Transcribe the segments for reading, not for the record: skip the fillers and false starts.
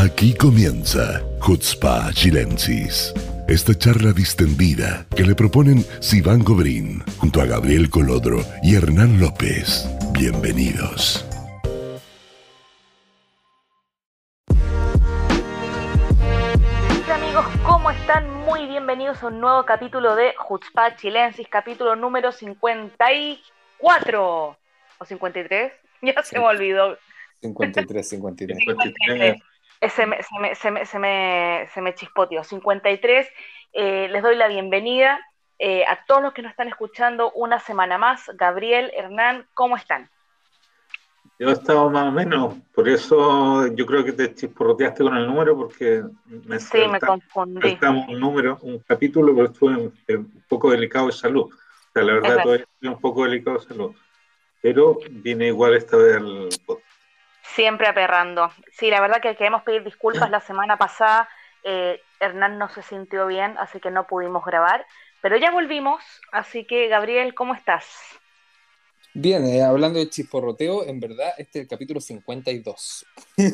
Aquí comienza Jutzpah Chilensis. Esta charla distendida que le proponen Sivan Gobrín junto a Gabriel Colodro y Hernán López. Bienvenidos. Hola amigos, ¿cómo están? Muy bienvenidos a un nuevo capítulo de Jutzpah Chilensis, capítulo número 54 o 53, ya se me olvidó. 53. 53. Se me chispoteó. 53. Les doy la bienvenida a todos los que nos están escuchando una semana más. Gabriel, Hernán, ¿cómo están? Yo estaba más o menos, por eso yo creo que te chisporroteaste con el número, porque me confundí. saltamos un número, un capítulo, pero estuve un poco delicado de salud. O sea, la verdad, todavía estoy un poco delicado de salud, pero viene igual esta vez al podcast. Siempre aperrando. Sí, la verdad que queremos pedir disculpas. La semana pasada Hernán no se sintió bien, así que no pudimos grabar, pero ya volvimos, así que Gabriel, ¿cómo estás? Bien, hablando de chisporroteo, en verdad este es el capítulo 52.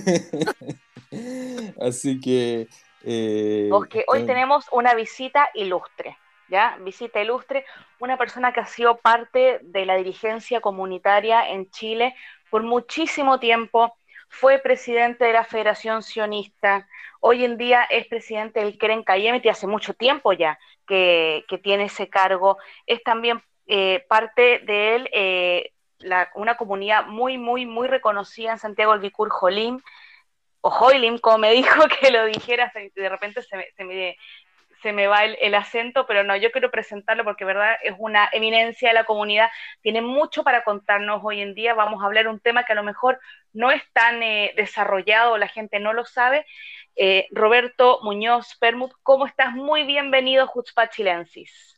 Así que... Porque hoy tenemos una visita ilustre, ¿ya? Visita ilustre, una persona que ha sido parte de la dirigencia comunitaria en Chile por muchísimo tiempo, fue presidente de la Federación Sionista, hoy en día es presidente del Keren Kayemet y hace mucho tiempo ya que tiene ese cargo, es también parte de él, una comunidad muy, muy, muy reconocida en Santiago del Vicur, Jolim, o Joilim, como me dijo que lo dijera, de repente se me va el acento, pero no, yo quiero presentarlo porque, verdad, es una eminencia de la comunidad, tiene mucho para contarnos hoy en día, vamos a hablar un tema que a lo mejor no es tan desarrollado, la gente no lo sabe. Roberto Muñoz Permut, ¿cómo estás? Muy bienvenido a Jutzpah Chilensis.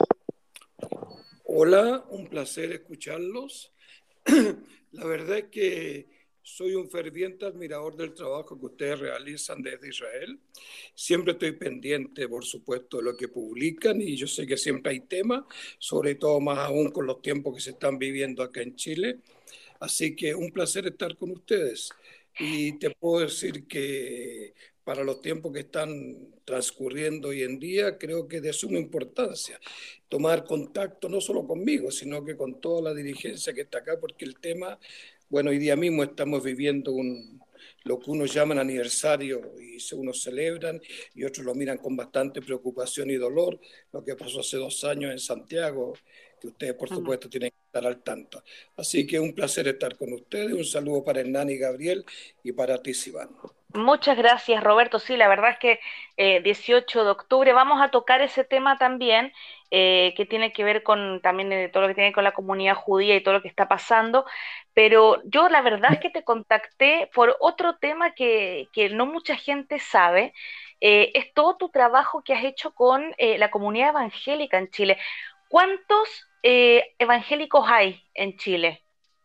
Hola, un placer escucharlos. La verdad es que soy un ferviente admirador del trabajo que ustedes realizan desde Israel. Siempre estoy pendiente, por supuesto, de lo que publican y yo sé que siempre hay temas, sobre todo más aún con los tiempos que se están viviendo acá en Chile. Así que un placer estar con ustedes. Y te puedo decir que para los tiempos que están transcurriendo hoy en día, creo que es de suma importancia tomar contacto no solo conmigo, sino que con toda la dirigencia que está acá, porque el tema, bueno, hoy día mismo estamos viviendo lo que unos llaman aniversario y unos celebran y otros lo miran con bastante preocupación y dolor, lo que pasó hace 2 años en Santiago, que ustedes por supuesto tienen que estar al tanto. Así que un placer estar con ustedes, un saludo para Hernán y Gabriel y para ti, Sivan. Muchas gracias, Roberto. Sí, la verdad es que 18 de octubre vamos a tocar ese tema también, que tiene que ver con también todo lo que tiene con la comunidad judía y todo lo que está pasando. Pero yo la verdad es que te contacté por otro tema que no mucha gente sabe. Es todo tu trabajo que has hecho con la comunidad evangélica en Chile. ¿Cuántos evangélicos hay en Chile?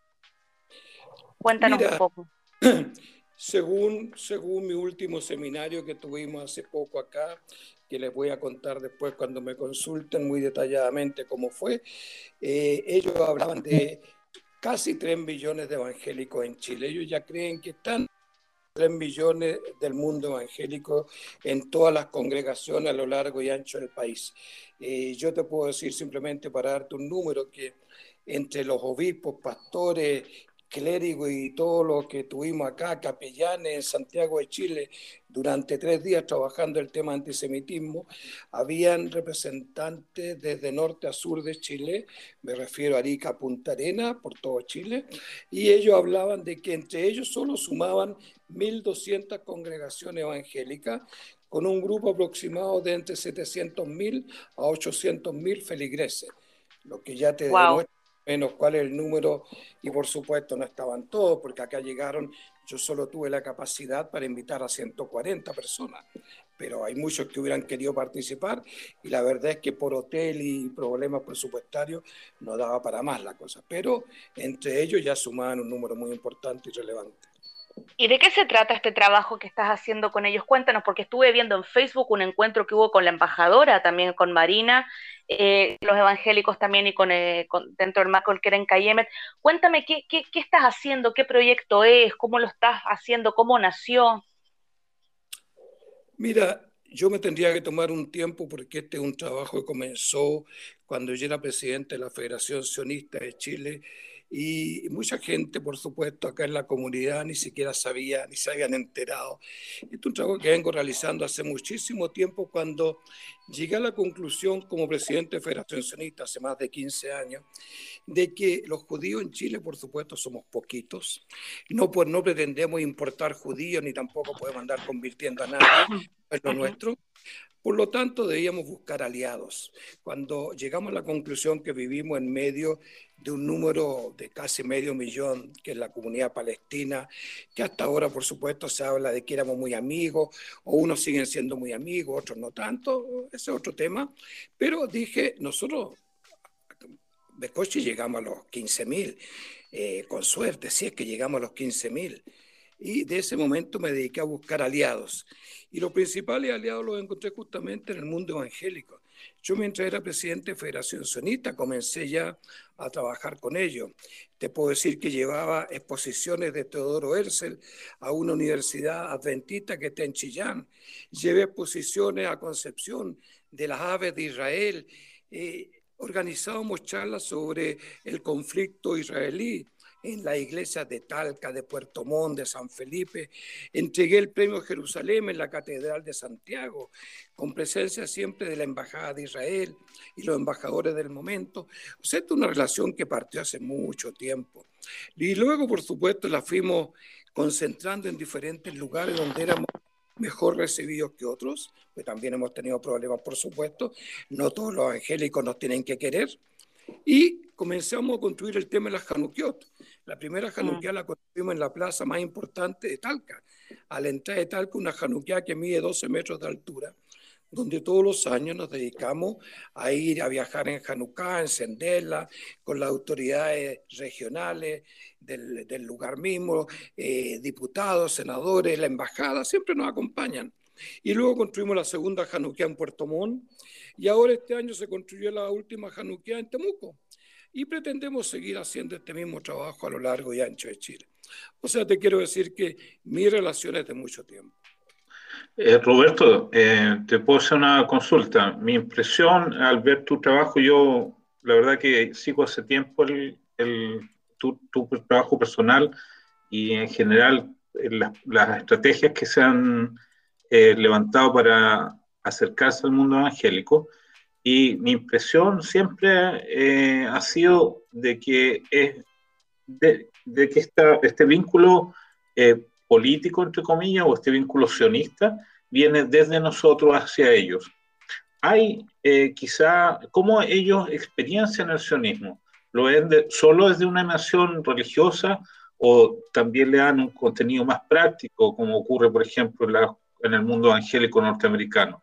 Cuéntanos un poco. Según mi último seminario que tuvimos hace poco acá, que les voy a contar después cuando me consulten muy detalladamente cómo fue, ellos hablaban de casi 3 millones de evangélicos en Chile. Ellos ya creen que están 3 millones del mundo evangélico en todas las congregaciones a lo largo y ancho del país. Yo te puedo decir simplemente para darte un número que entre los obispos, pastores, clérigos y todo lo que tuvimos acá, capellanes en Santiago de Chile, durante 3 días trabajando el tema antisemitismo, habían representantes desde norte a sur de Chile, me refiero a Arica, Punta Arenas, por todo Chile, y ellos hablaban de que entre ellos solo sumaban 1.200 congregaciones evangélicas, con un grupo aproximado de entre 700.000 a 800.000 feligreses, lo que ya te demuestra menos cuál es el número, y por supuesto no estaban todos, porque acá llegaron, yo solo tuve la capacidad para invitar a 140 personas, pero hay muchos que hubieran querido participar, y la verdad es que por hotel y problemas presupuestarios no daba para más la cosa, pero entre ellos ya sumaban un número muy importante y relevante. ¿Y de qué se trata este trabajo que estás haciendo con ellos? Cuéntanos, porque estuve viendo en Facebook un encuentro que hubo con la embajadora, también con Marina, los evangélicos también y dentro del marco del Keren Kayemet. Cuéntame, ¿qué estás haciendo? ¿Qué proyecto es? ¿Cómo lo estás haciendo? ¿Cómo nació? Mira, yo me tendría que tomar un tiempo porque este es un trabajo que comenzó cuando yo era presidente de la Federación Sionista de Chile y mucha gente, por supuesto, acá en la comunidad ni siquiera sabía, ni se habían enterado. Este es un trabajo que vengo realizando hace muchísimo tiempo cuando llegué a la conclusión como presidente de Federación Sionista hace más de 15 años de que los judíos en Chile, por supuesto, somos poquitos. No, pues no pretendemos importar judíos ni tampoco podemos andar convirtiendo a nadie en lo nuestro. Por lo tanto, debíamos buscar aliados. Cuando llegamos a la conclusión que vivimos en medio de un número de casi 500.000, que es la comunidad palestina, que hasta ahora, por supuesto, se habla de que éramos muy amigos, o unos siguen siendo muy amigos, otros no tanto, ese es otro tema. Pero dije, nosotros, Becoche, llegamos a los 15.000, con suerte, si es que llegamos a los 15.000. Y de ese momento me dediqué a buscar aliados. Y los principales aliados los encontré justamente en el mundo evangélico. Yo, mientras era presidente de Federación Sionista, comencé ya a trabajar con ellos. Te puedo decir que llevaba exposiciones de Teodoro Herzl a una universidad adventista que está en Chillán. Llevé exposiciones a Concepción de las aves de Israel. Organizábamos charlas sobre el conflicto israelí en las iglesias de Talca, de Puerto Montt, de San Felipe. Entregué el premio Jerusalén en la Catedral de Santiago, con presencia siempre de la Embajada de Israel y los embajadores del momento. O sea, esta es una relación que partió hace mucho tiempo. Y luego, por supuesto, la fuimos concentrando en diferentes lugares donde éramos mejor recibidos que otros, pues también hemos tenido problemas, por supuesto. No todos los evangélicos nos tienen que querer. Y comenzamos a construir el tema de las Hanukiot. La primera Hanukiá la construimos en la plaza más importante de Talca. A la entrada de Talca, una Hanukiá que mide 12 metros de altura, donde todos los años nos dedicamos a ir a viajar en Hanukkah, a encenderla, con las autoridades regionales del lugar mismo, diputados, senadores, la embajada, siempre nos acompañan. Y luego construimos la segunda Hanukkah en Puerto Montt, y ahora este año se construyó la última Hanukkah en Temuco. Y pretendemos seguir haciendo este mismo trabajo a lo largo y ancho de Chile. O sea, te quiero decir que mi relación es de mucho tiempo. Roberto, te puedo hacer una consulta. Mi impresión al ver tu trabajo, yo la verdad que sigo hace tiempo tu trabajo personal y en general las estrategias que se han levantado para acercarse al mundo evangélico. Y mi impresión siempre ha sido de que este vínculo político, entre comillas, o este vínculo sionista, viene desde nosotros hacia ellos. Hay quizá, ¿cómo ellos experiencian el sionismo? ¿Lo ven solo desde una nación religiosa o también le dan un contenido más práctico, como ocurre, por ejemplo, en el mundo evangélico norteamericano?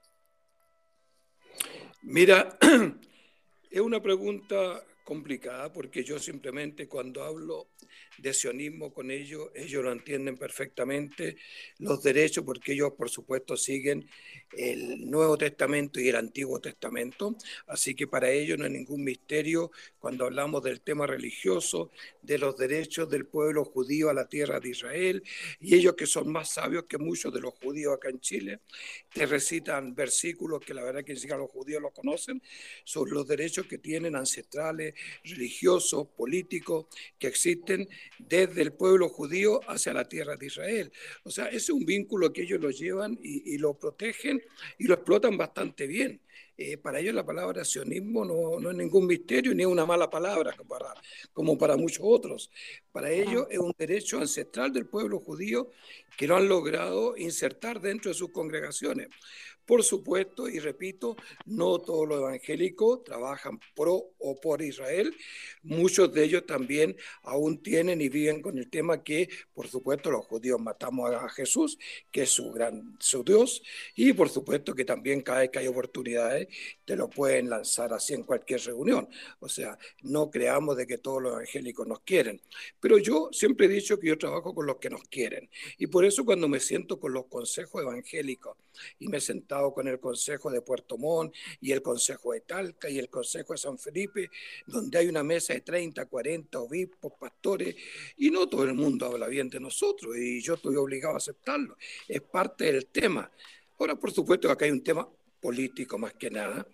Mira, es una pregunta complicada porque yo simplemente cuando hablo de sionismo con ellos lo entienden perfectamente, los derechos, porque ellos por supuesto siguen el Nuevo Testamento y el Antiguo Testamento, así que para ellos no hay ningún misterio cuando hablamos del tema religioso, de los derechos del pueblo judío a la tierra de Israel, y ellos que son más sabios que muchos de los judíos acá en Chile, te recitan versículos que la verdad que ni siquiera los judíos los conocen, sobre los derechos que tienen ancestrales, religiosos, políticos, que existen desde el pueblo judío hacia la tierra de Israel. O sea, ese es un vínculo que ellos lo llevan y lo protegen y lo explotan bastante bien. Para ellos la palabra sionismo no es ningún misterio ni es una mala palabra como para muchos otros. Para ellos es un derecho ancestral del pueblo judío que lo han logrado insertar dentro de sus congregaciones. Por supuesto, y repito, no todos los evangélicos trabajan pro o por Israel. Muchos de ellos también aún tienen y viven con el tema que, por supuesto, los judíos matamos a Jesús, que es su Dios, y por supuesto que también cada vez que hay oportunidades te lo pueden lanzar así en cualquier reunión. O sea, no creamos de que todos los evangélicos nos quieren. Pero yo siempre he dicho que yo trabajo con los que nos quieren. Y por eso cuando me siento con los consejos evangélicos y me he sentado con el Consejo de Puerto Montt y el Consejo de Talca y el Consejo de San Felipe, donde hay una mesa de 30, 40 obispos, pastores, y no todo el mundo habla bien de nosotros, y yo estoy obligado a aceptarlo. Es parte del tema. Ahora, por supuesto, acá hay un tema político más que nada.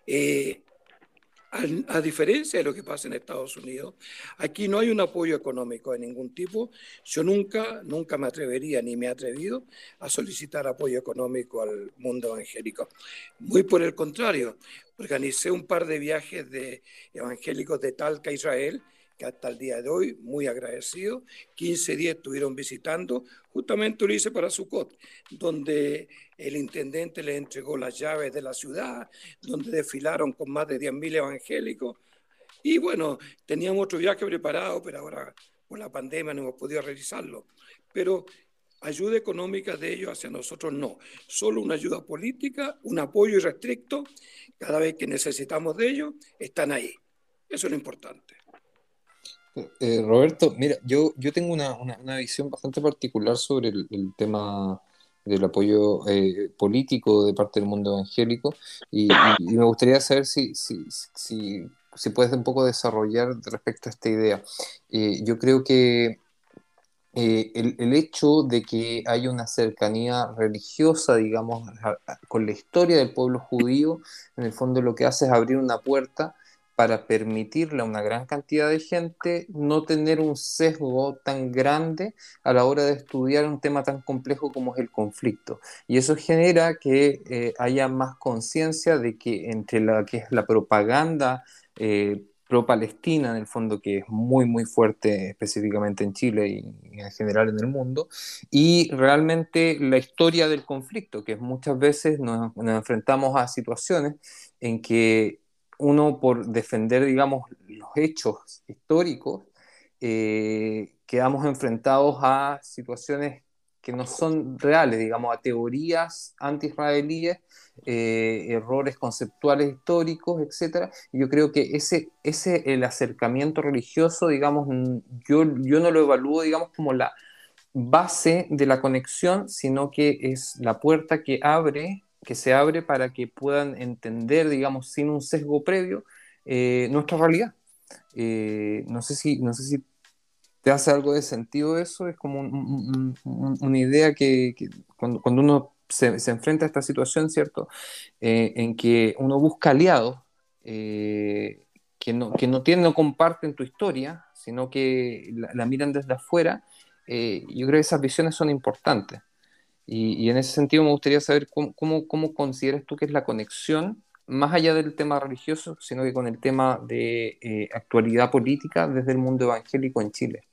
A diferencia de lo que pasa en Estados Unidos, aquí no hay un apoyo económico de ningún tipo. Yo nunca me atrevería ni me he atrevido a solicitar apoyo económico al mundo evangélico. Muy por el contrario, organicé un par de viajes de evangélicos de Talca, Israel, que hasta el día de hoy, muy agradecido, 15 días estuvieron visitando, justamente lo hice para Sucot, donde el intendente les entregó las llaves de la ciudad, donde desfilaron con más de 10.000 evangélicos, y bueno, teníamos otro viaje preparado, pero ahora por la pandemia no hemos podido realizarlo, pero ayuda económica de ellos hacia nosotros no, solo una ayuda política, un apoyo irrestricto, cada vez que necesitamos de ellos, están ahí, eso es lo importante. Roberto, mira, yo tengo una visión bastante particular sobre el tema del apoyo político de parte del mundo evangélico y me gustaría saber si puedes un poco desarrollar respecto a esta idea. Yo creo que el hecho de que haya una cercanía religiosa, digamos, con la historia del pueblo judío, en el fondo lo que hace es abrir una puerta para permitirle a una gran cantidad de gente no tener un sesgo tan grande a la hora de estudiar un tema tan complejo como es el conflicto. Y eso genera que haya más conciencia de que entre la que es la propaganda pro-palestina, en el fondo, que es muy, muy fuerte específicamente en Chile y en general en el mundo, y realmente la historia del conflicto, que muchas veces nos enfrentamos a situaciones en que uno por defender, digamos, los hechos históricos, quedamos enfrentados a situaciones que no son reales, digamos, a teorías anti-israelíes, errores conceptuales históricos, etcétera. Y yo creo que el acercamiento religioso, digamos, yo no lo evalúo, digamos, como la base de la conexión, sino que es la puerta que se abre para que puedan entender, digamos, sin un sesgo previo, nuestra realidad. No sé si te hace algo de sentido eso, es como una idea que cuando uno se enfrenta a esta situación, ¿cierto? En que uno busca aliados no comparten tu historia, sino que la miran desde afuera. Yo creo que esas visiones son importantes. Y en ese sentido me gustaría saber cómo consideras tú que es la conexión, más allá del tema religioso, sino que con el tema de actualidad política desde el mundo evangélico en Chile.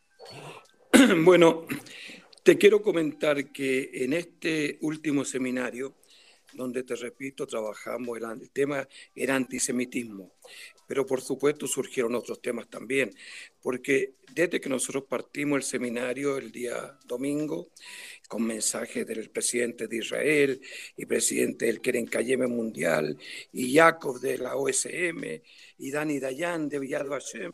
Bueno, te quiero comentar que en este último seminario, donde te repito, trabajamos, el tema era antisemitismo, pero por supuesto surgieron otros temas también, porque desde que nosotros partimos el seminario el día domingo, con mensajes del presidente de Israel y presidente del Keren Kayem Mundial, y Jacob de la OSM, y Dani Dayan de Yad Vashem,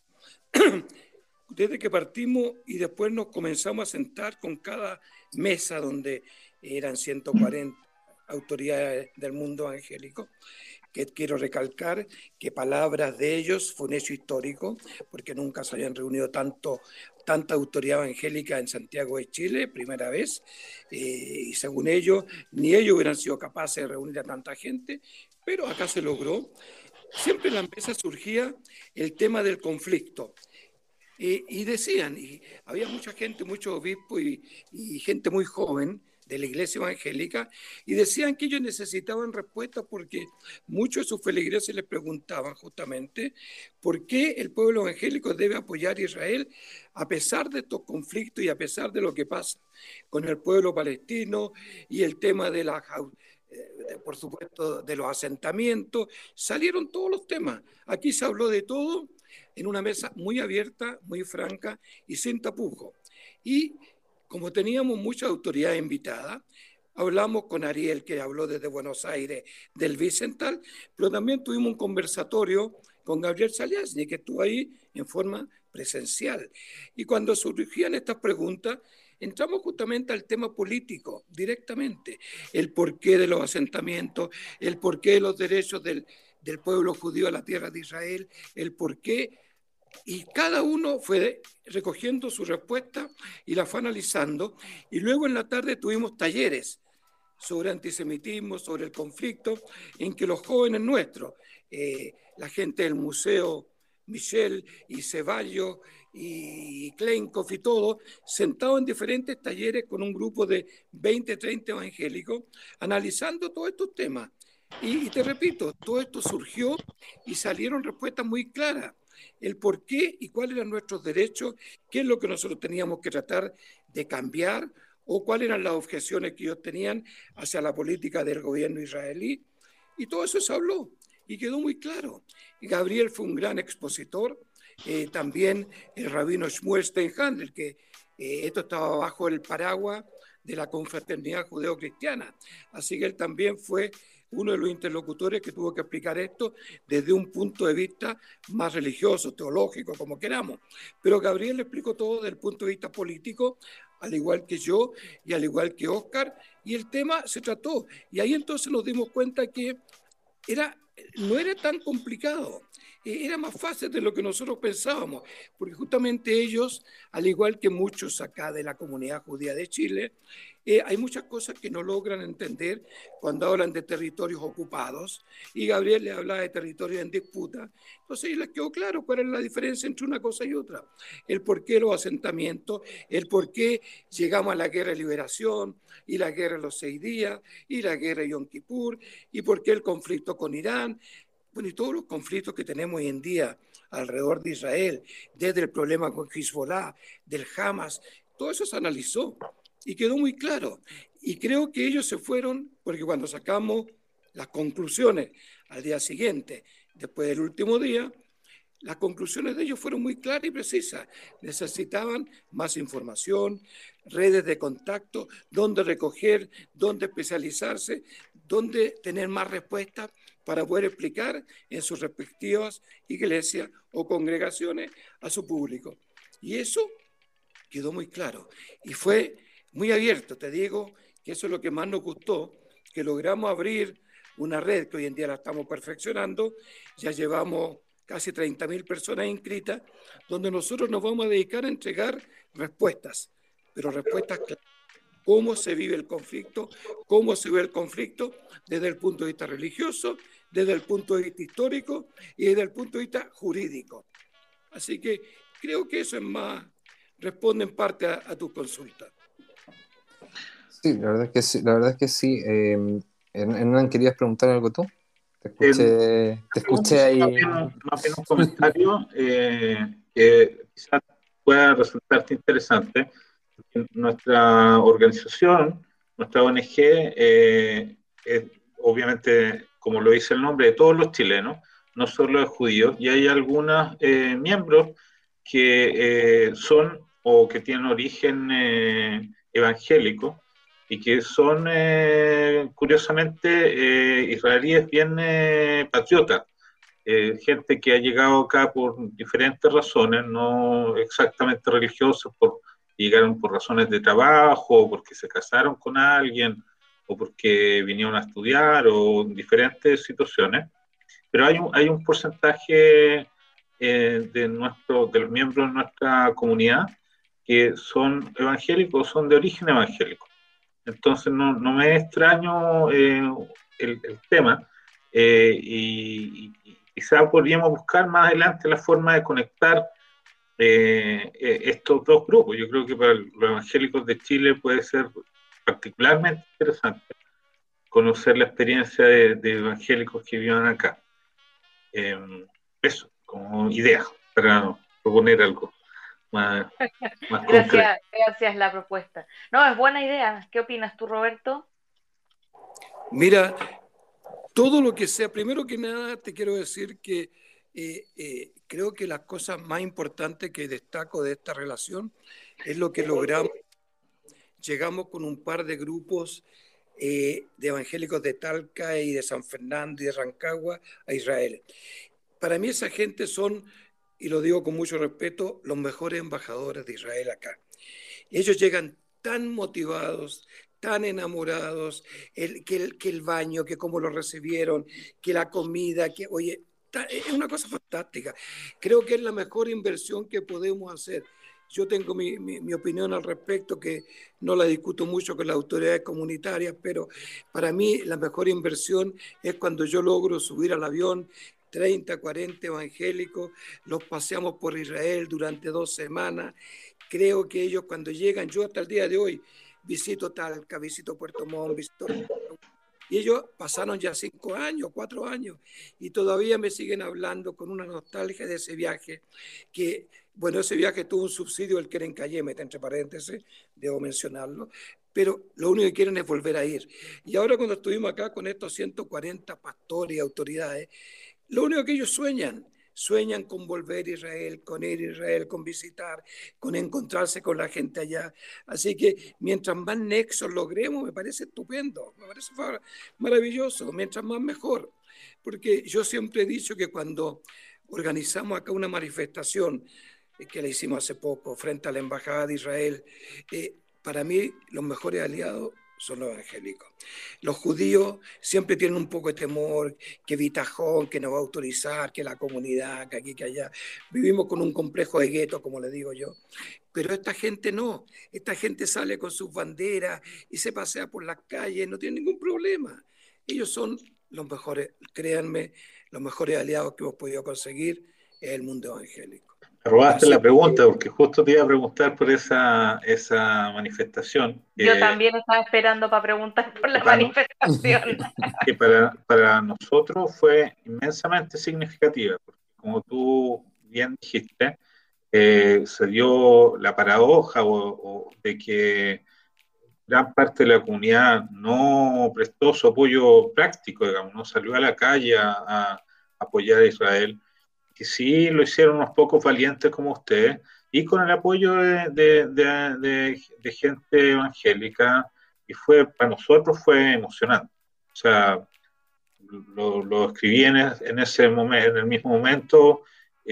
desde que partimos y después nos comenzamos a sentar con cada mesa donde eran 140 autoridades del mundo evangélico, que quiero recalcar que palabras de ellos fue un hecho histórico, porque nunca se habían reunido tanta autoridad evangélica en Santiago de Chile, primera vez, y según ellos, ni ellos hubieran sido capaces de reunir a tanta gente, pero acá se logró. Siempre en la mesa surgía el tema del conflicto. Y decían, y había mucha gente, muchos obispos y gente muy joven de la iglesia evangélica, y decían que ellos necesitaban respuestas porque muchos de sus feligreses les preguntaban justamente por qué el pueblo evangélico debe apoyar a Israel a pesar de estos conflictos y a pesar de lo que pasa con el pueblo palestino y el tema de por supuesto, de los asentamientos. Salieron todos los temas. Aquí se habló de todo en una mesa muy abierta, muy franca y sin tapujos. Y como teníamos muchas autoridades invitadas, hablamos con Ariel, que habló desde Buenos Aires, del Bicental, pero también tuvimos un conversatorio con Gabriel Saliasny, que estuvo ahí en forma presencial. Y cuando surgían estas preguntas, entramos justamente al tema político, directamente. El porqué de los asentamientos, el porqué de los derechos del pueblo judío a la tierra de Israel, el porqué. Y cada uno fue recogiendo su respuesta y la fue analizando. Y luego en la tarde tuvimos talleres sobre antisemitismo, sobre el conflicto, en que los jóvenes nuestros, la gente del museo, Michel y Ceballos y Kleinkopf y todo, sentados en diferentes talleres con un grupo de 20, 30 evangélicos, analizando todos estos temas. Y te repito, todo esto surgió y salieron respuestas muy claras. El por qué y cuáles eran nuestros derechos, qué es lo que nosotros teníamos que tratar de cambiar o cuáles eran las objeciones que ellos tenían hacia la política del gobierno israelí. Y todo eso se habló y quedó muy claro. Gabriel fue un gran expositor, también el rabino Shmuel Steinhandel, que esto estaba bajo el paraguas de la confraternidad judeo-cristiana. Así que él también fue uno de los interlocutores que tuvo que explicar esto desde un punto de vista más religioso, teológico, como queramos. Pero Gabriel le explicó todo desde el punto de vista político, al igual que yo y al igual que Oscar, y el tema se trató. Y ahí entonces nos dimos cuenta que no era tan complicado, era más fácil de lo que nosotros pensábamos, porque justamente ellos, al igual que muchos acá de la comunidad judía de Chile, hay muchas cosas que no logran entender cuando hablan de territorios ocupados, y Gabriel le hablaba de territorios en disputa. Entonces a ellos les quedó claro cuál es la diferencia entre una cosa y otra, el por qué los asentamientos, el por qué llegamos a la guerra de liberación, y la guerra de los 6 días, y la guerra de Yom Kippur, y por qué el conflicto con Irán. Bueno, y todos los conflictos que tenemos hoy en día alrededor de Israel, desde el problema con Hezbollah, del Hamas, todo eso se analizó y quedó muy claro. Y creo que ellos se fueron, porque cuando sacamos las conclusiones al día siguiente, después del último día, las conclusiones de ellos fueron muy claras y precisas. Necesitaban más información, redes de contacto, dónde recoger, dónde especializarse, dónde tener más respuestas para poder explicar en sus respectivas iglesias o congregaciones a su público. Y eso quedó muy claro y fue muy abierto. Te digo que eso es lo que más nos gustó, que logramos abrir una red que hoy en día la estamos perfeccionando. Ya llevamos casi 30.000 personas inscritas, donde nosotros nos vamos a dedicar a entregar respuestas, pero respuestas claras. Cómo se vive el conflicto, cómo se ve el conflicto desde el punto de vista religioso, desde el punto de vista histórico y desde el punto de vista jurídico. Así que creo que eso es más, responde en parte a tu consulta. Sí, la verdad es que sí. La verdad es que sí. Hernán, ¿querías preguntar algo tú? Te escuché ahí. Más bien un comentario que quizás pueda resultarte interesante. Nuestra organización, nuestra ONG, es obviamente, como lo dice el nombre, de todos los chilenos, no solo de judíos, y hay algunos miembros que son o que tienen origen evangélico y que son curiosamente israelíes bien patriotas. Gente que ha llegado acá por diferentes razones, no exactamente religiosas, llegaron por razones de trabajo, o porque se casaron con alguien, o porque vinieron a estudiar, o diferentes situaciones. Pero hay un porcentaje de los miembros de nuestra comunidad que son evangélicos, son de origen evangélico. Entonces no me es extraño el tema, y quizá podríamos buscar más adelante la forma de conectar estos dos grupos. Yo creo que para los evangélicos de Chile puede ser particularmente interesante conocer la experiencia de evangélicos que vivan acá. Eso, como idea, para proponer algo más concreto. Gracias la propuesta. No, es buena idea. ¿Qué opinas tú, Roberto? Mira, todo lo que sea, primero que nada te quiero decir que creo que las cosas más importantes que destaco de esta relación es lo que logramos. Llegamos con un par de grupos de evangélicos de Talca y de San Fernando y de Rancagua a Israel. Para mí esa gente son, y lo digo con mucho respeto, los mejores embajadores de Israel acá. Ellos llegan tan motivados, tan enamorados, que el baño, que cómo lo recibieron, que la comida, que, oye, es una cosa fantástica. Creo que es la mejor inversión que podemos hacer. Yo tengo mi opinión al respecto, que no la discuto mucho con las autoridades comunitarias, pero para mí la mejor inversión es cuando yo logro subir al avión 30, 40 evangélicos, los paseamos por Israel durante 2 semanas. Creo que ellos cuando llegan, yo hasta el día de hoy visito Talca, visito Puerto Montt, visito... Y ellos pasaron ya 5 años, 4 años, y todavía me siguen hablando con una nostalgia de ese viaje, que, bueno, ese viaje tuvo un subsidio del Kerencaymet, entre paréntesis, debo mencionarlo, pero lo único que quieren es volver a ir. Y ahora cuando estuvimos acá con estos 140 pastores y autoridades, lo único que ellos sueñan con volver a Israel, con ir a Israel, con visitar, con encontrarse con la gente allá. Así que mientras más nexos logremos, me parece estupendo, me parece maravilloso, mientras más mejor. Porque yo siempre he dicho que cuando organizamos acá una manifestación, que la hicimos hace poco, frente a la Embajada de Israel, para mí los mejores aliados son los evangélicos. Los judíos siempre tienen un poco de temor, que Vitajón, que nos va a autorizar, que la comunidad, que aquí, que allá. Vivimos con un complejo de gueto, como le digo yo. Pero esta gente no. Esta gente sale con sus banderas y se pasea por las calles, no tiene ningún problema. Ellos son los mejores, créanme, los mejores aliados que hemos podido conseguir en el mundo evangélico. Me robaste la pregunta, porque justo te iba a preguntar por esa manifestación. Yo también estaba esperando para preguntar por la manifestación. Que para nosotros fue inmensamente significativa, porque como tú bien dijiste, se dio la paradoja de que gran parte de la comunidad no prestó su apoyo práctico, digamos, no salió a la calle a apoyar a Israel, que sí lo hicieron unos pocos valientes como ustedes, y con el apoyo de gente evangélica, y para nosotros fue emocionante. O sea, lo escribí en ese momento, en el mismo momento,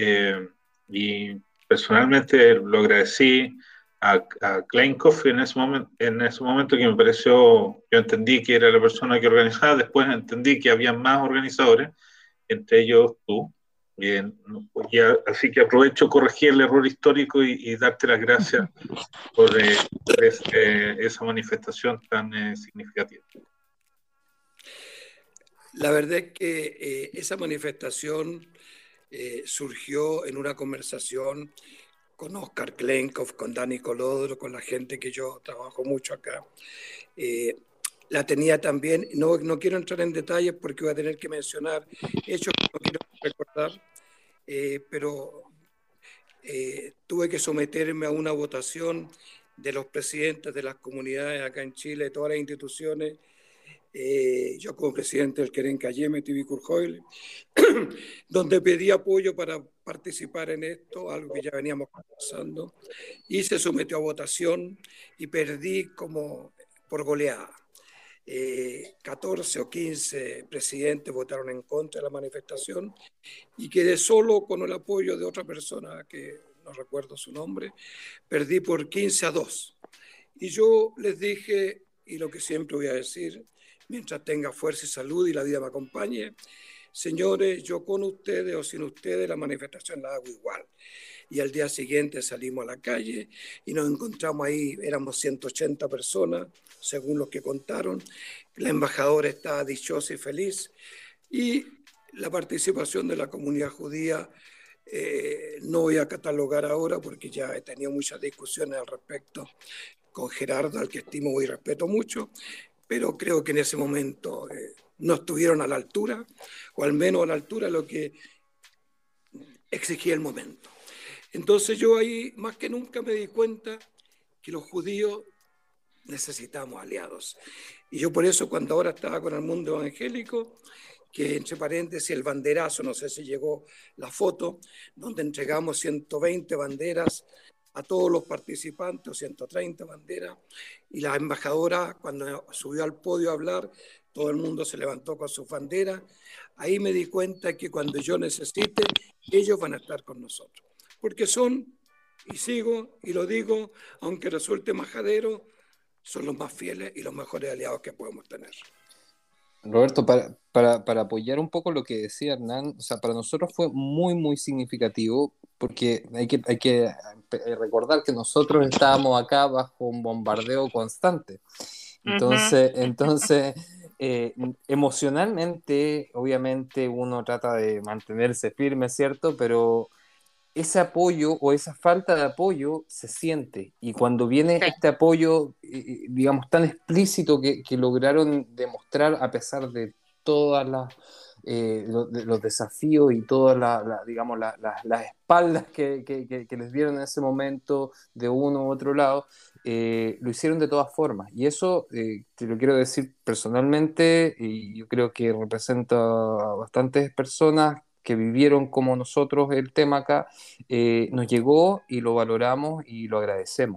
y personalmente lo agradecí a Kleinkopf en ese momento que me pareció, yo entendí que era la persona que organizaba, después entendí que había más organizadores, entre ellos tú. Así que aprovecho corregir el error histórico y darte las gracias por esa manifestación tan significativa. La verdad es que esa manifestación surgió en una conversación con Oscar Kleinkopf, con Dani Colodro, con la gente que yo trabajo mucho acá. La tenía también, no quiero entrar en detalles porque voy a tener que mencionar hechos que no quiero recordar, pero tuve que someterme a una votación de los presidentes de las comunidades acá en Chile, de todas las instituciones. Yo como presidente del Kerencaymet y Bikurjoil, donde pedí apoyo para participar en esto, algo que ya veníamos conversando, y se sometió a votación y perdí como por goleada. 14 o 15 presidentes votaron en contra de la manifestación y quedé solo con el apoyo de otra persona que no recuerdo su nombre. Perdí por 15-2 y yo les dije, y lo que siempre voy a decir, mientras tenga fuerza y salud y la vida me acompañe, señores, yo con ustedes o sin ustedes la manifestación la hago igual. Y al día siguiente salimos a la calle y nos encontramos ahí, éramos 180 personas, según los que contaron. La embajadora estaba dichosa y feliz. Y la participación de la comunidad judía, no voy a catalogar ahora porque ya he tenido muchas discusiones al respecto con Gerardo, al que estimo y respeto mucho, pero creo que en ese momento no estuvieron a la altura, o al menos a la altura de lo que exigía el momento. Entonces yo ahí más que nunca me di cuenta que los judíos necesitamos aliados. Y yo por eso cuando ahora estaba con el mundo evangélico, que entre paréntesis el banderazo, no sé si llegó la foto, donde entregamos 120 banderas a todos los participantes, 130 banderas, y la embajadora cuando subió al podio a hablar, todo el mundo se levantó con sus banderas. Ahí me di cuenta que cuando yo necesite, ellos van a estar con nosotros. Porque son, y sigo, y lo digo, aunque resulte majadero, son los más fieles y los mejores aliados que podemos tener. Roberto, para apoyar un poco lo que decía Hernán, o sea, para nosotros fue muy, muy significativo porque hay que recordar que nosotros estábamos acá bajo un bombardeo constante. Ujú. Entonces, emocionalmente, obviamente uno trata de mantenerse firme, ¿cierto? Pero ese apoyo o esa falta de apoyo se siente. Y cuando viene Sí, este apoyo, digamos, tan explícito que lograron demostrar a pesar de todas los desafíos y todas digamos, las espaldas que les dieron en ese momento de uno u otro lado, lo hicieron de todas formas. Y eso, te lo quiero decir personalmente, y yo creo que representa a bastantes personas que vivieron como nosotros el tema acá, nos llegó y lo valoramos y lo agradecemos,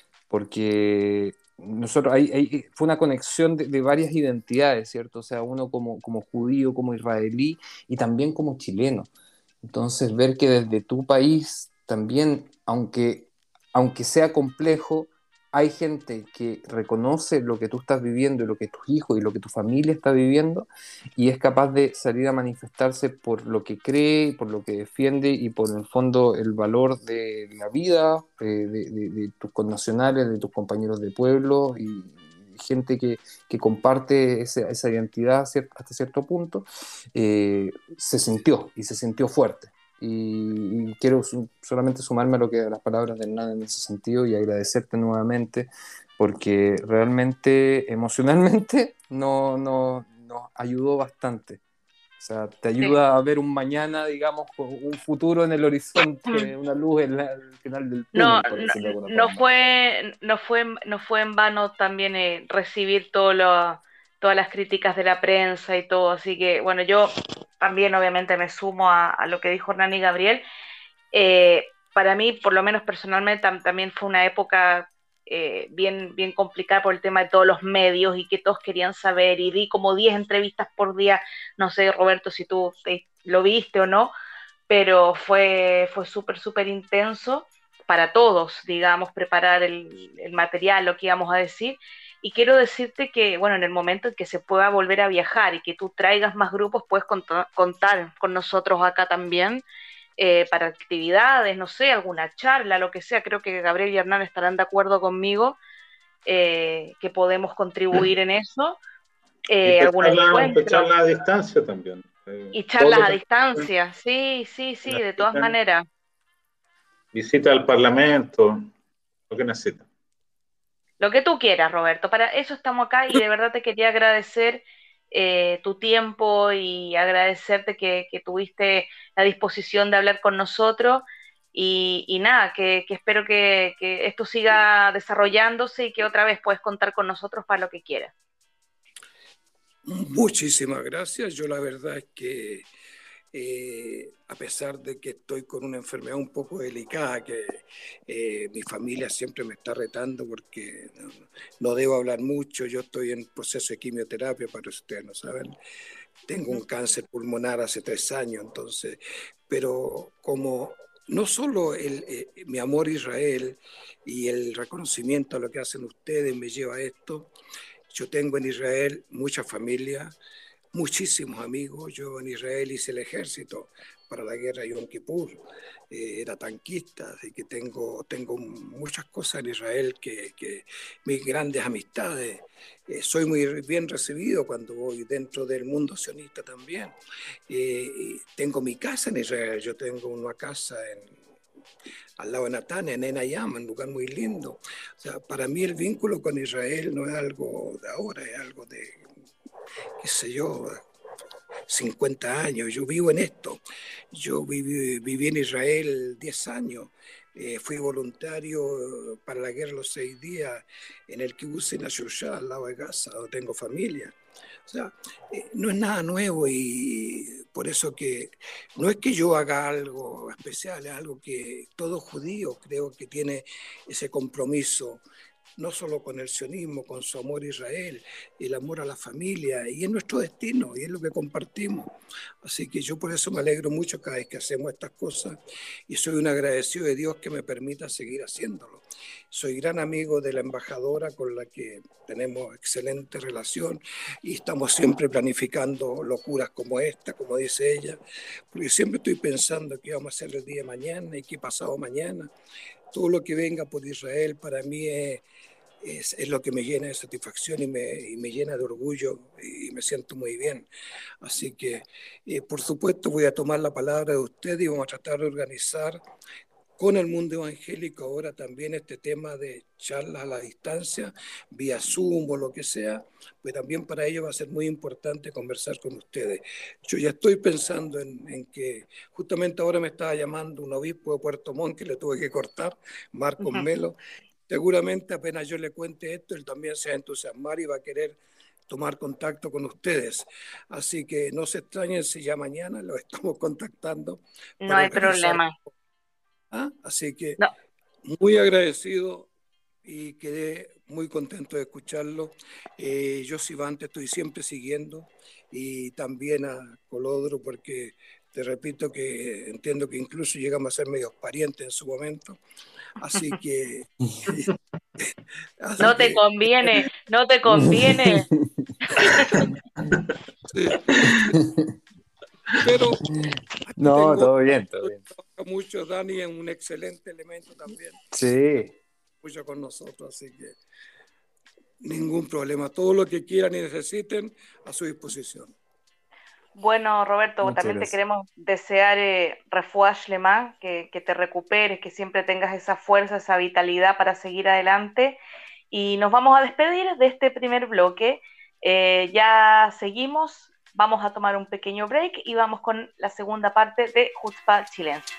porque nosotros fue una conexión de varias identidades, ¿cierto? O sea, uno como judío, como israelí y también como chileno. Entonces, ver que desde tu país también, aunque sea complejo, hay gente que reconoce lo que tú estás viviendo y lo que tus hijos y lo que tu familia está viviendo y es capaz de salir a manifestarse por lo que cree, por lo que defiende y por en el fondo el valor de la vida de tus connacionales, de tus compañeros de pueblo y gente que comparte esa identidad hasta cierto punto, se sintió y se sintió fuerte. Y quiero solamente sumarme a las palabras de Hernán en ese sentido y agradecerte nuevamente porque realmente emocionalmente nos ayudó bastante. O sea, te sí. ayuda a ver un mañana, digamos, con un futuro en el horizonte, una luz al final del No, túnel, por no, decirlo de alguna no forma. fue, no fue en vano también recibir todas las críticas de la prensa y todo, así que bueno, yo también obviamente me sumo a lo que dijo Hernán y Gabriel. Para mí, por lo menos personalmente, también fue una época bien complicada por el tema de todos los medios y que todos querían saber y di como 10 entrevistas por día, no sé Roberto si tú lo viste o no, pero fue súper intenso para todos, digamos, preparar el material, lo que íbamos a decir. Y quiero decirte que, bueno, en el momento en que se pueda volver a viajar y que tú traigas más grupos, puedes contar con nosotros acá también para actividades, no sé, alguna charla, lo que sea. Creo que Gabriel y Hernán estarán de acuerdo conmigo que podemos contribuir en eso. Y Algún para encuentro charla a distancia también. y Todo charlas lo a que distancia. Sí, de todas necesitan, maneras. visita al Parlamento, lo que necesitan. Lo que tú quieras, Roberto. Para eso estamos acá y de verdad te quería agradecer tu tiempo y agradecerte que tuviste la disposición de hablar con nosotros y nada, que espero que esto siga desarrollándose y que otra vez puedes contar con nosotros para lo que quieras. Muchísimas gracias. Yo la verdad es que a pesar de que estoy con una enfermedad un poco delicada, que mi familia siempre me está retando porque no debo hablar mucho, yo estoy en proceso de quimioterapia, para ustedes no saben, tengo un cáncer pulmonar hace 3 años, entonces, pero como no solo mi amor a Israel y el reconocimiento a lo que hacen ustedes me lleva a esto, yo tengo en Israel mucha familia, muchísimos amigos. Yo en Israel hice el ejército para la guerra de Yom Kippur, era tanquista, así que tengo muchas cosas en Israel que mis grandes amistades. Soy muy bien recibido cuando voy dentro del mundo sionista también. Tengo mi casa en Israel, yo tengo una casa al lado de Natania, en Enayam, un lugar muy lindo. O sea, para mí el vínculo con Israel no es algo de ahora, es algo de, qué sé yo, 50 años. Yo vivo en esto. Yo viví en Israel 10 años. Fui voluntario para la guerra de los 6 días en el kibbutz en Ashusha, al lado de Gaza, donde tengo familia. O sea, no es nada nuevo y por eso que no es que yo haga algo especial, es algo que todo judío creo que tiene ese compromiso no solo con el sionismo, con su amor a Israel, el amor a la familia, y es nuestro destino, y es lo que compartimos. Así que yo por eso me alegro mucho cada vez que hacemos estas cosas, y soy un agradecido de Dios que me permita seguir haciéndolo. Soy gran amigo de la embajadora con la que tenemos excelente relación, y estamos siempre planificando locuras como esta, como dice ella, porque siempre estoy pensando qué vamos a hacer el día de mañana y qué pasado mañana. Todo lo que venga por Israel para mí es lo que me llena de satisfacción y me llena de orgullo y me siento muy bien. Así que, por supuesto, voy a tomar la palabra de usted y vamos a tratar de organizar con el mundo evangélico ahora también este tema de charlas a la distancia, vía Zoom o lo que sea, pues también para ello va a ser muy importante conversar con ustedes. Yo ya estoy pensando en que justamente ahora me estaba llamando un obispo de Puerto Montt que le tuve que cortar, Marcos Melo. Seguramente apenas yo le cuente esto, él también se va a entusiasmar y va a querer tomar contacto con ustedes. Así que no se extrañen si ya mañana los estamos contactando. No hay problema. Así que no. Muy agradecido y quedé muy contento de escucharlo. Yo Sivante estoy siempre siguiendo y también a Colodro porque te repito que entiendo que incluso llegamos a ser medios parientes en su momento. Así que... no te conviene, no te conviene. Sí. Pero no, todo bien, todo bien. Mucho, Dani es un excelente elemento también. Sí. Mucho con nosotros, así que ningún problema. Todo lo que quieran y necesiten, a su disposición. Bueno, Roberto, Muchas también gracias. te queremos desear refuash lema, que te recuperes, que siempre tengas esa fuerza, esa vitalidad para seguir adelante. Y nos vamos a despedir de este primer bloque. Ya seguimos, vamos a tomar un pequeño break y vamos con la segunda parte de Jutzpah Chilensis.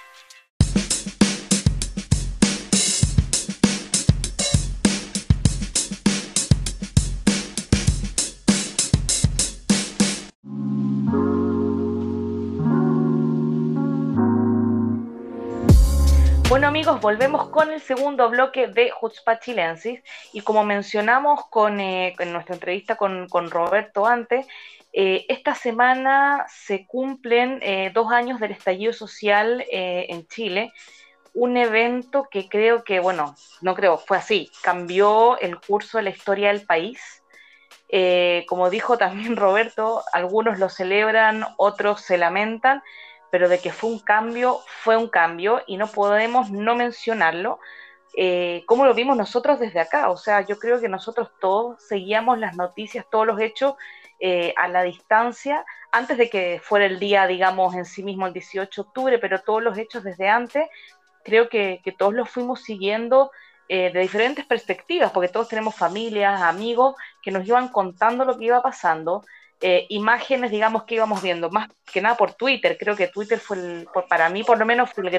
Bueno amigos, volvemos con el segundo bloque de Jutzpah Chilensis y como mencionamos en nuestra entrevista con Roberto antes, esta semana se cumplen 2 años del estallido social en Chile, un evento que creo que, bueno, no creo, fue así, cambió el curso de la historia del país. Como dijo también Roberto, algunos lo celebran, otros se lamentan, pero de que fue un cambio y no podemos no mencionarlo, como lo vimos nosotros desde acá. O sea, yo creo que nosotros todos seguíamos las noticias, todos los hechos a la distancia, antes de que fuera el día, digamos, en sí mismo el 18 de octubre, pero todos los hechos desde antes, creo que todos los fuimos siguiendo de diferentes perspectivas, porque todos tenemos familias, amigos, que nos iban contando lo que iba pasando, imágenes, digamos, que íbamos viendo, más que nada por Twitter. Creo que Twitter fue, para mí por lo menos, fue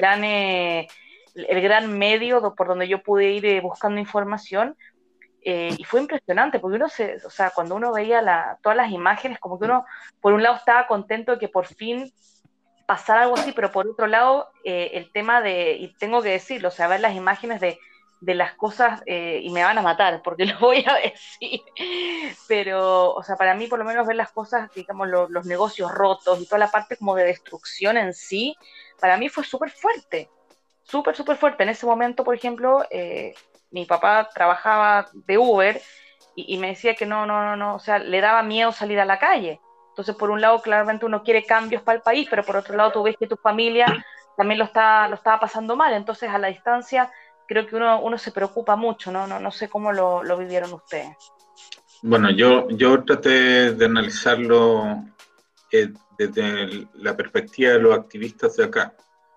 el gran medio por donde yo pude ir buscando información, y fue impresionante, porque o sea, cuando uno veía todas las imágenes, como que uno, por un lado, estaba contento de que por fin pasara algo así, pero por otro lado, el tema y tengo que decirlo, o sea, ver las imágenes de las cosas, y me van a matar porque lo voy a decir, pero, o sea, para mí por lo menos ver las cosas, digamos, los negocios rotos y toda la parte como de destrucción en sí, para mí fue súper fuerte, súper, súper fuerte. En ese momento, por ejemplo, mi papá trabajaba de Uber y me decía que no, o sea, le daba miedo salir a la calle. Entonces, por un lado, claramente uno quiere cambios para el país, pero por otro lado tú ves que tu familia también lo estaba pasando mal. Entonces, a la distancia, creo que uno se preocupa mucho, ¿no? No sé cómo lo vivieron ustedes. Bueno, yo traté de analizarlo desde la perspectiva de los activistas de acá.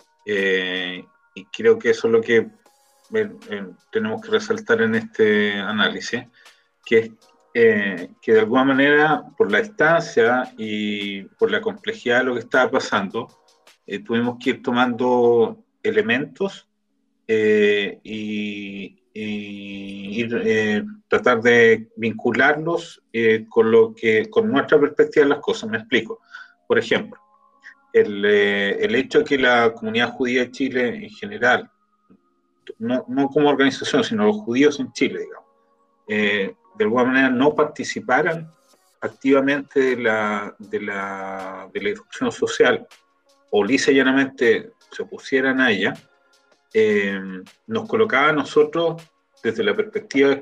Y creo que eso es lo que tenemos que resaltar en este análisis, que es que de alguna manera, por la distancia y por la complejidad de lo que estaba pasando, tuvimos que ir tomando elementos y tratar de vincularlos con nuestra perspectiva de las cosas. Me explico. Por ejemplo, el hecho de que la comunidad judía de Chile en general, no como organización, sino los judíos en Chile, digamos, de alguna manera no participaran activamente de la discusión social, o lisa y llanamente se opusieran a ella, nos colocaba a nosotros desde la perspectiva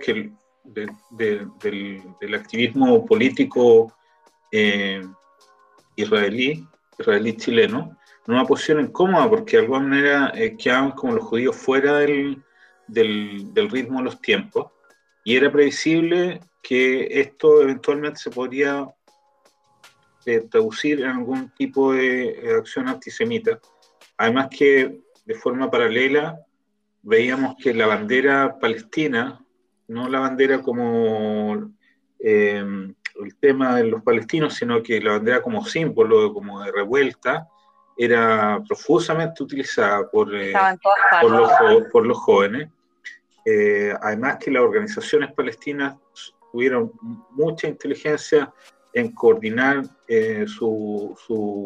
del activismo político israelí-chileno, en una posición incómoda, porque de alguna manera quedaban como los judíos fuera del ritmo de los tiempos, y era previsible que esto eventualmente se podría traducir en algún tipo de acción antisemita. Además que de forma paralela veíamos que la bandera palestina, no la bandera como el tema de los palestinos, sino que la bandera como símbolo, como de revuelta, era profusamente utilizada por los jóvenes. Además que las organizaciones palestinas tuvieron mucha inteligencia en coordinar sus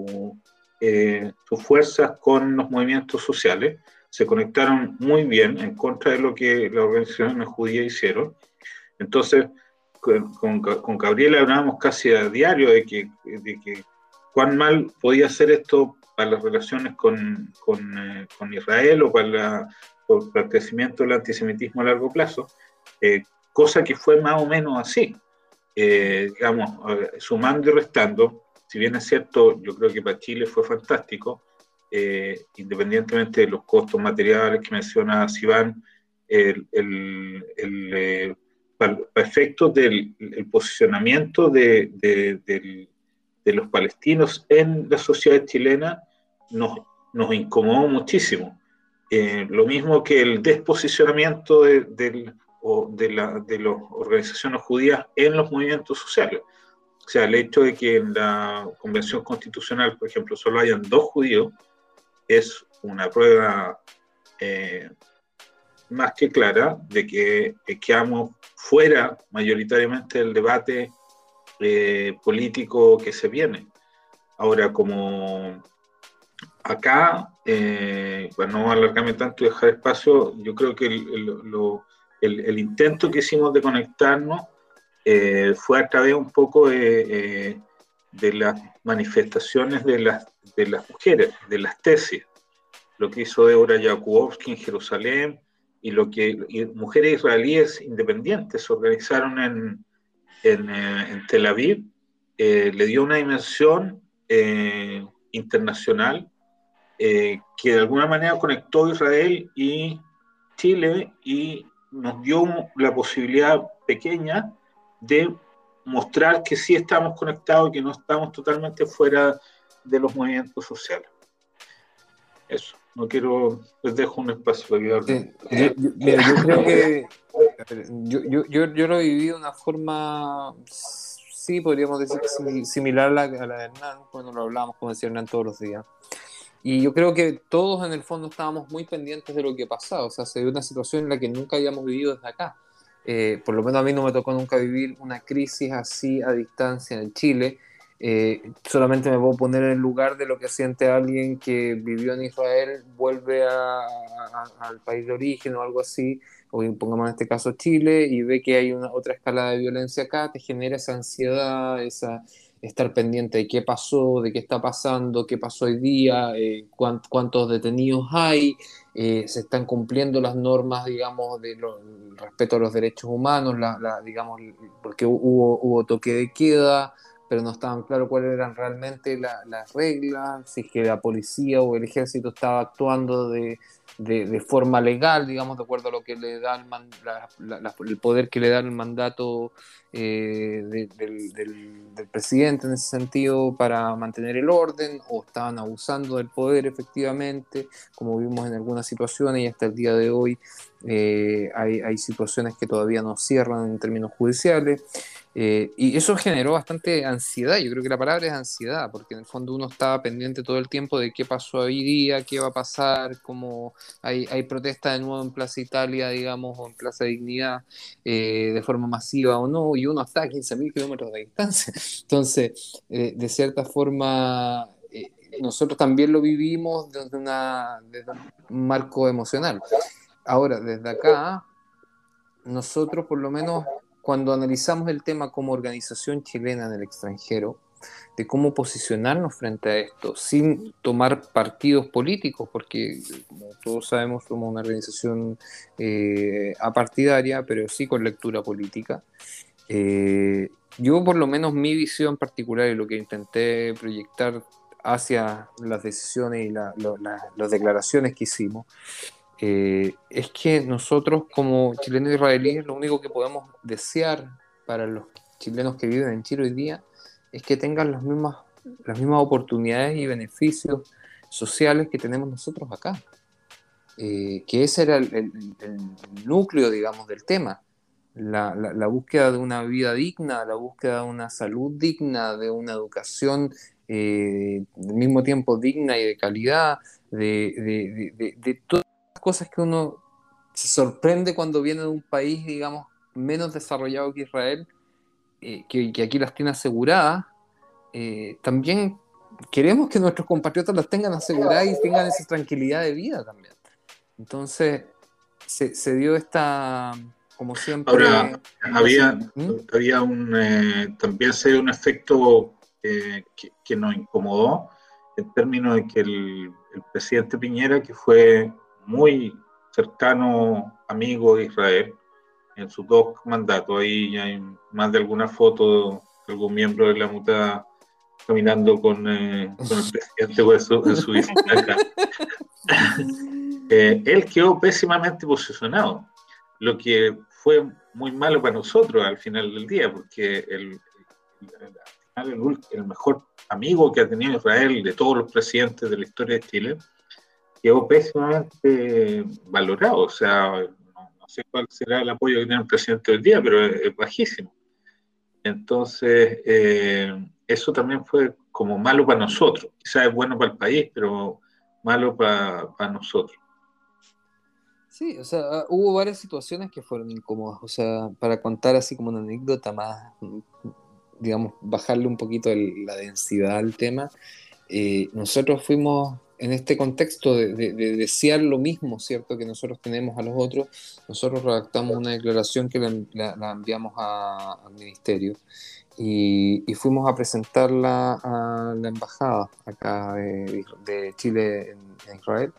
fuerzas con los movimientos sociales. Se conectaron muy bien en contra de lo que las organizaciones judías hicieron. Entonces, con Gabriela hablábamos casi a diario de que cuán mal podía ser esto para las relaciones con Israel o para el crecimiento del antisemitismo a largo plazo, cosa que fue más o menos así. Digamos, sumando y restando, si bien es cierto, yo creo que para Chile fue fantástico, independientemente de los costos materiales que menciona Sivan, para efectos del posicionamiento de los palestinos en la sociedad chilena, nos incomodó muchísimo. Lo mismo que el desposicionamiento de las organizaciones judías en los movimientos sociales. O sea, el hecho de que en la Convención Constitucional, por ejemplo, solo hayan 2 judíos, es una prueba más que clara de que quedamos fuera mayoritariamente del debate político que se viene. Ahora, como acá, para no alargarme tanto y dejar espacio, yo creo que el intento que hicimos de conectarnos fue a través un poco de las manifestaciones de las mujeres, de las tesis, lo que hizo Deborah Jakubowski en Jerusalén, y mujeres israelíes independientes se organizaron en Tel Aviv, le dio una dimensión internacional que de alguna manera conectó Israel y Chile y nos dio la posibilidad pequeña de mostrar que sí estamos conectados y que no estamos totalmente fuera de los movimientos sociales. Eso, no quiero, les dejo un espacio para que mira, yo creo que yo lo viví de una forma, sí, podríamos decir similar a la de Hernán, cuando lo hablábamos, como decía Hernán, todos los días. Y yo creo que todos en el fondo estábamos muy pendientes de lo que pasaba. O sea, se dio una situación en la que nunca habíamos vivido desde acá. Por lo menos a mí no me tocó nunca vivir una crisis así a distancia en Chile. Solamente me puedo poner en el lugar de lo que siente alguien que vivió en Israel, vuelve al país de origen o algo así, o pongamos en este caso Chile, y ve que hay otra escala de violencia acá, te genera esa ansiedad, estar pendiente de qué pasó, de qué está pasando, qué pasó hoy día, cuántos detenidos hay, se están cumpliendo las normas, digamos, del respeto a los derechos humanos, digamos, porque hubo toque de queda, pero no estaban claros cuáles eran realmente las reglas, si es que la policía o el ejército estaba actuando de forma legal, digamos, de acuerdo a lo que le da el poder que le da el mandato del presidente en ese sentido para mantener el orden, o estaban abusando del poder efectivamente, como vimos en algunas situaciones, y hasta el día de hoy hay situaciones que todavía no cierran en términos judiciales. Y eso generó bastante ansiedad. Yo creo que la palabra es ansiedad, porque en el fondo uno estaba pendiente todo el tiempo de qué pasó hoy día, qué va a pasar, cómo hay protesta de nuevo en Plaza Italia, digamos, o en Plaza Dignidad, de forma masiva o no, y uno está a 15.000 kilómetros de distancia. Entonces, de cierta forma, nosotros también lo vivimos desde un marco emocional. Ahora, desde acá, nosotros por lo menos cuando analizamos el tema como organización chilena en el extranjero, de cómo posicionarnos frente a esto, sin tomar partidos políticos, porque como todos sabemos somos una organización apartidaria, pero sí con lectura política. Yo por lo menos mi visión particular y lo que intenté proyectar hacia las decisiones y las declaraciones que hicimos, es que nosotros como chilenos israelíes lo único que podemos desear para los chilenos que viven en Chile hoy día es que tengan las mismas oportunidades y beneficios sociales que tenemos nosotros acá. Que ese era el núcleo, digamos, del tema. La búsqueda de una vida digna, la búsqueda de una salud digna, de una educación al mismo tiempo digna y de calidad, de todas las cosas que uno se sorprende cuando viene de un país, digamos, menos desarrollado que Israel, que aquí las tiene aseguradas. También queremos que nuestros compatriotas las tengan aseguradas y tengan esa tranquilidad de vida también. Entonces, se dio esta, como siempre... Ahora, había ¿Mm? también se dio un efecto que nos incomodó en términos de que el presidente Piñera, que fue muy cercano amigo de Israel en sus dos mandatos, ahí hay más de alguna foto de algún miembro de la mutada caminando con el presidente en su visita acá. Él quedó pésimamente posicionado, lo que fue muy malo para nosotros al final del día, porque al final el mejor amigo que ha tenido Israel de todos los presidentes de la historia de Chile quedó pésimamente valorado. O sea, no sé cuál será el apoyo que tiene el presidente hoy día, pero es bajísimo. Entonces, eso también fue como malo para nosotros. Quizás es bueno para el país, pero malo para nosotros. Sí, o sea, hubo varias situaciones que fueron incómodas. O sea, para contar así como una anécdota más, digamos, bajarle un poquito la densidad al tema, nosotros fuimos en este contexto de desear lo mismo, ¿cierto? Que nosotros tenemos a los otros. Nosotros redactamos una declaración que la enviamos al ministerio y fuimos a presentarla a la embajada acá de Chile en Israel.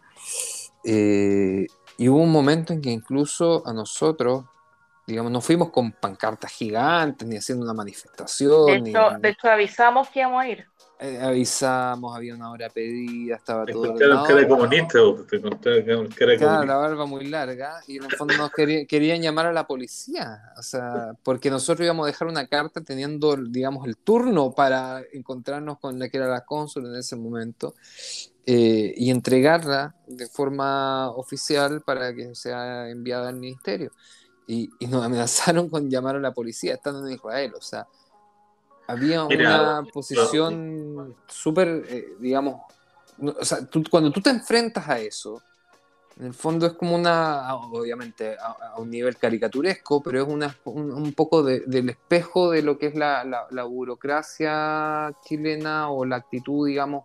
Y hubo un momento en que incluso a nosotros, digamos, no fuimos con pancartas gigantes, ni haciendo una manifestación, De hecho avisamos que íbamos a ir. Avisamos, había una hora pedida, estaba Te todo encontraron cara ordenado. de comunista, te encontraron cara de Claro, comunista. la barba muy larga, y en el fondo nos querían llamar a la policía, o sea, porque nosotros íbamos a dejar una carta teniendo, digamos, el turno para encontrarnos con la que era la cónsul en ese momento, y entregarla de forma oficial para que sea enviada al ministerio. Y nos amenazaron con llamar a la policía estando en Israel, o sea, había Mira, una posición súper, digamos, o sea, cuando tú te enfrentas a eso, en el fondo es como obviamente a un nivel caricaturesco, pero es un poco del espejo de lo que es la burocracia chilena o la actitud, digamos,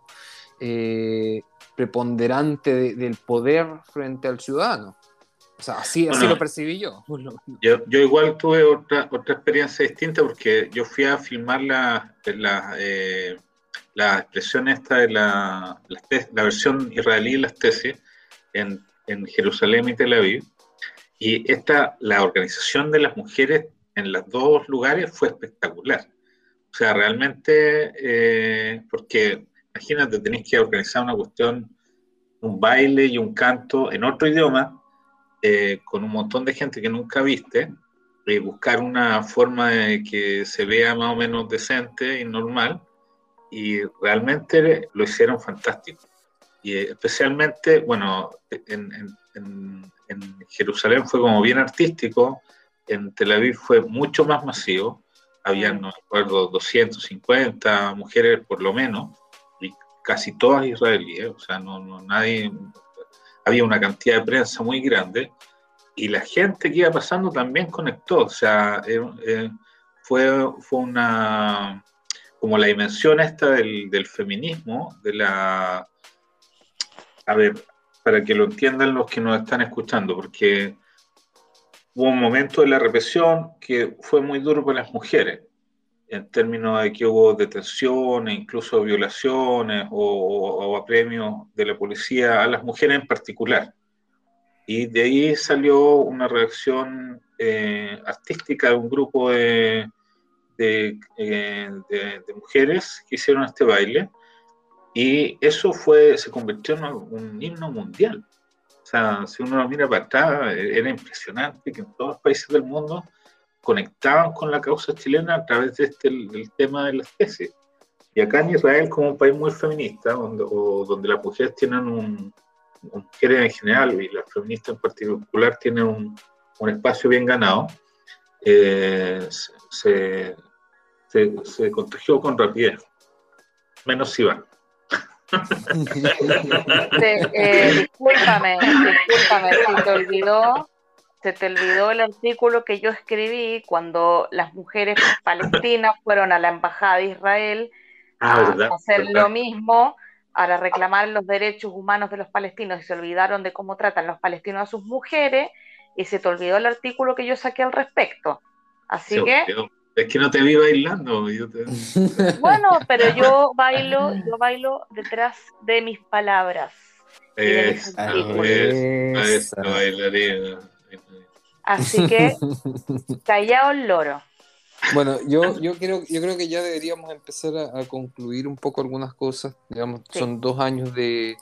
preponderante del poder frente al ciudadano. O sea, así lo percibí yo. Yo igual tuve otra experiencia distinta porque yo fui a filmar la expresión esta de la versión israelí de las tesis en Jerusalén y Tel Aviv. Y la organización de las mujeres en los dos lugares fue espectacular. O sea, realmente, porque imagínate, tenés que organizar una cuestión, un baile y un canto en otro idioma, con un montón de gente que nunca viste, buscar una forma de que se vea más o menos decente y normal, y realmente lo hicieron fantástico. Y especialmente, bueno, en Jerusalén fue como bien artístico, en Tel Aviv fue mucho más masivo, había, no recuerdo, 250 mujeres por lo menos, y casi todas israelíes, o sea, nadie, había una cantidad de prensa muy grande, y la gente que iba pasando también conectó, o sea, fue una, como la dimensión esta del feminismo, a ver, para que lo entiendan los que nos están escuchando, porque hubo un momento de la represión que fue muy duro para las mujeres, en términos de que hubo detenciones, incluso violaciones o apremios de la policía a las mujeres en particular. Y de ahí salió una reacción artística de un grupo de mujeres que hicieron este baile, y eso se convirtió en un himno mundial. O sea, si uno lo mira para atrás, era impresionante que en todos los países del mundo conectaban con la causa chilena a través de del tema de las tesis. Y acá en Israel, como un país muy feminista, donde las mujeres tienen mujeres en general y las feministas en particular tienen un espacio bien ganado, se contagió con rapidez, menos Iván. Discúlpame, se te olvidó el artículo que yo escribí cuando las mujeres palestinas fueron a la embajada de Israel a hacer lo mismo, a reclamar los derechos humanos de los palestinos, y se olvidaron de cómo tratan los palestinos a sus mujeres, y se te olvidó el artículo que yo saqué al respecto. Así que... Es que no te vi bailando. Bueno, pero yo bailo detrás de mis palabras. Bailaría. Así que, callado el loro. Bueno, yo creo que ya deberíamos empezar a concluir un poco algunas cosas. Digamos, sí. Son 2 años desde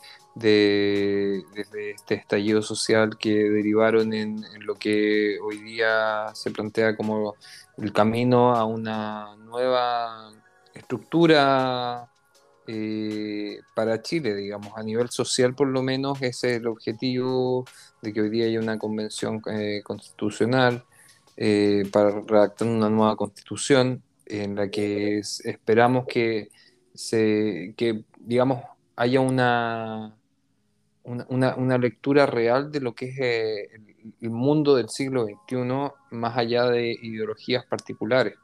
este estallido social que derivaron en lo que hoy día se plantea como el camino a una nueva estructura para Chile, digamos, a nivel social por lo menos. Ese es el objetivo, de que hoy día haya una convención constitucional para redactar una nueva constitución en la que esperamos que digamos haya una lectura real de lo que es el mundo del siglo XXI, más allá de ideologías particulares.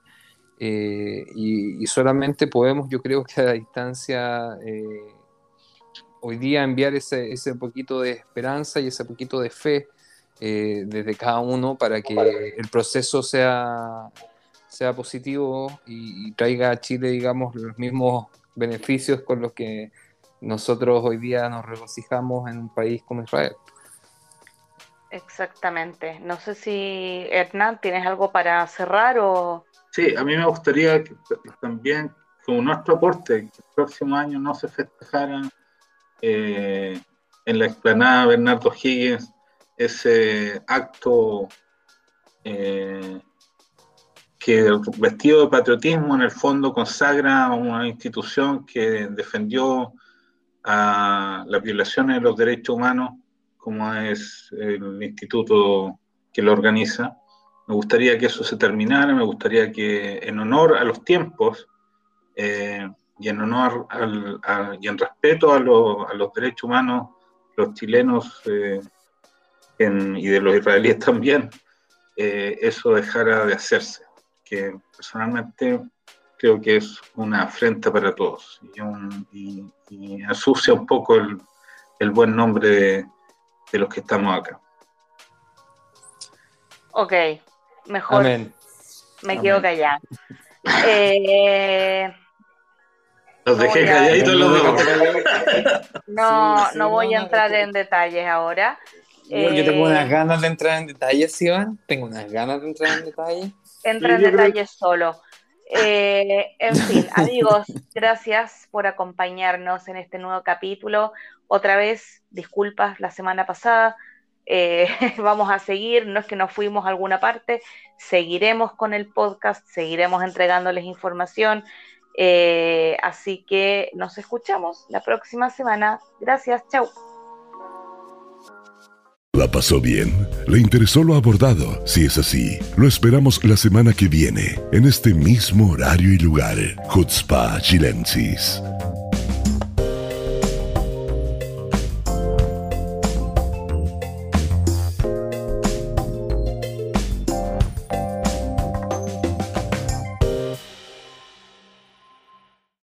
Y solamente podemos, yo creo que a la distancia, hoy día enviar ese poquito de esperanza y ese poquito de fe desde cada uno, para que el proceso sea positivo y traiga a Chile, digamos, los mismos beneficios con los que nosotros hoy día nos regocijamos en un país como Israel. Exactamente. No sé si, Hernán, ¿tienes algo para cerrar o...? Sí, a mí me gustaría que también, como nuestro aporte, que el próximo año no se festejara en la explanada Bernardo Higgins ese acto que, vestido de patriotismo, en el fondo consagra a una institución que defendió a las violaciones de los derechos humanos, como es el instituto que lo organiza. Me gustaría que eso se terminara, me gustaría que, en honor a los tiempos y en honor y en respeto a los derechos humanos, los chilenos y de los israelíes también, eso dejara de hacerse, que personalmente creo que es una afrenta para todos y ensucia un poco el buen nombre de los que estamos acá. Ok, mejor. Amén. Me quedo callada. Los dejé calladitos los dos. No voy a entrar en detalles ahora. Yo tengo unas ganas de entrar en detalles, Iván. Tengo unas ganas de entrar en detalles. Entra en detalles solo. En fin, amigos, gracias por acompañarnos en este nuevo capítulo. Otra vez, disculpas la semana pasada. Vamos a seguir, no es que nos fuimos a alguna parte, seguiremos con el podcast, seguiremos entregándoles información, así que nos escuchamos la próxima semana. Gracias, chau. ¿La pasó bien? ¿Le interesó lo abordado? Si es así, lo esperamos la semana que viene, en este mismo horario y lugar. Jutzpah Chilensis.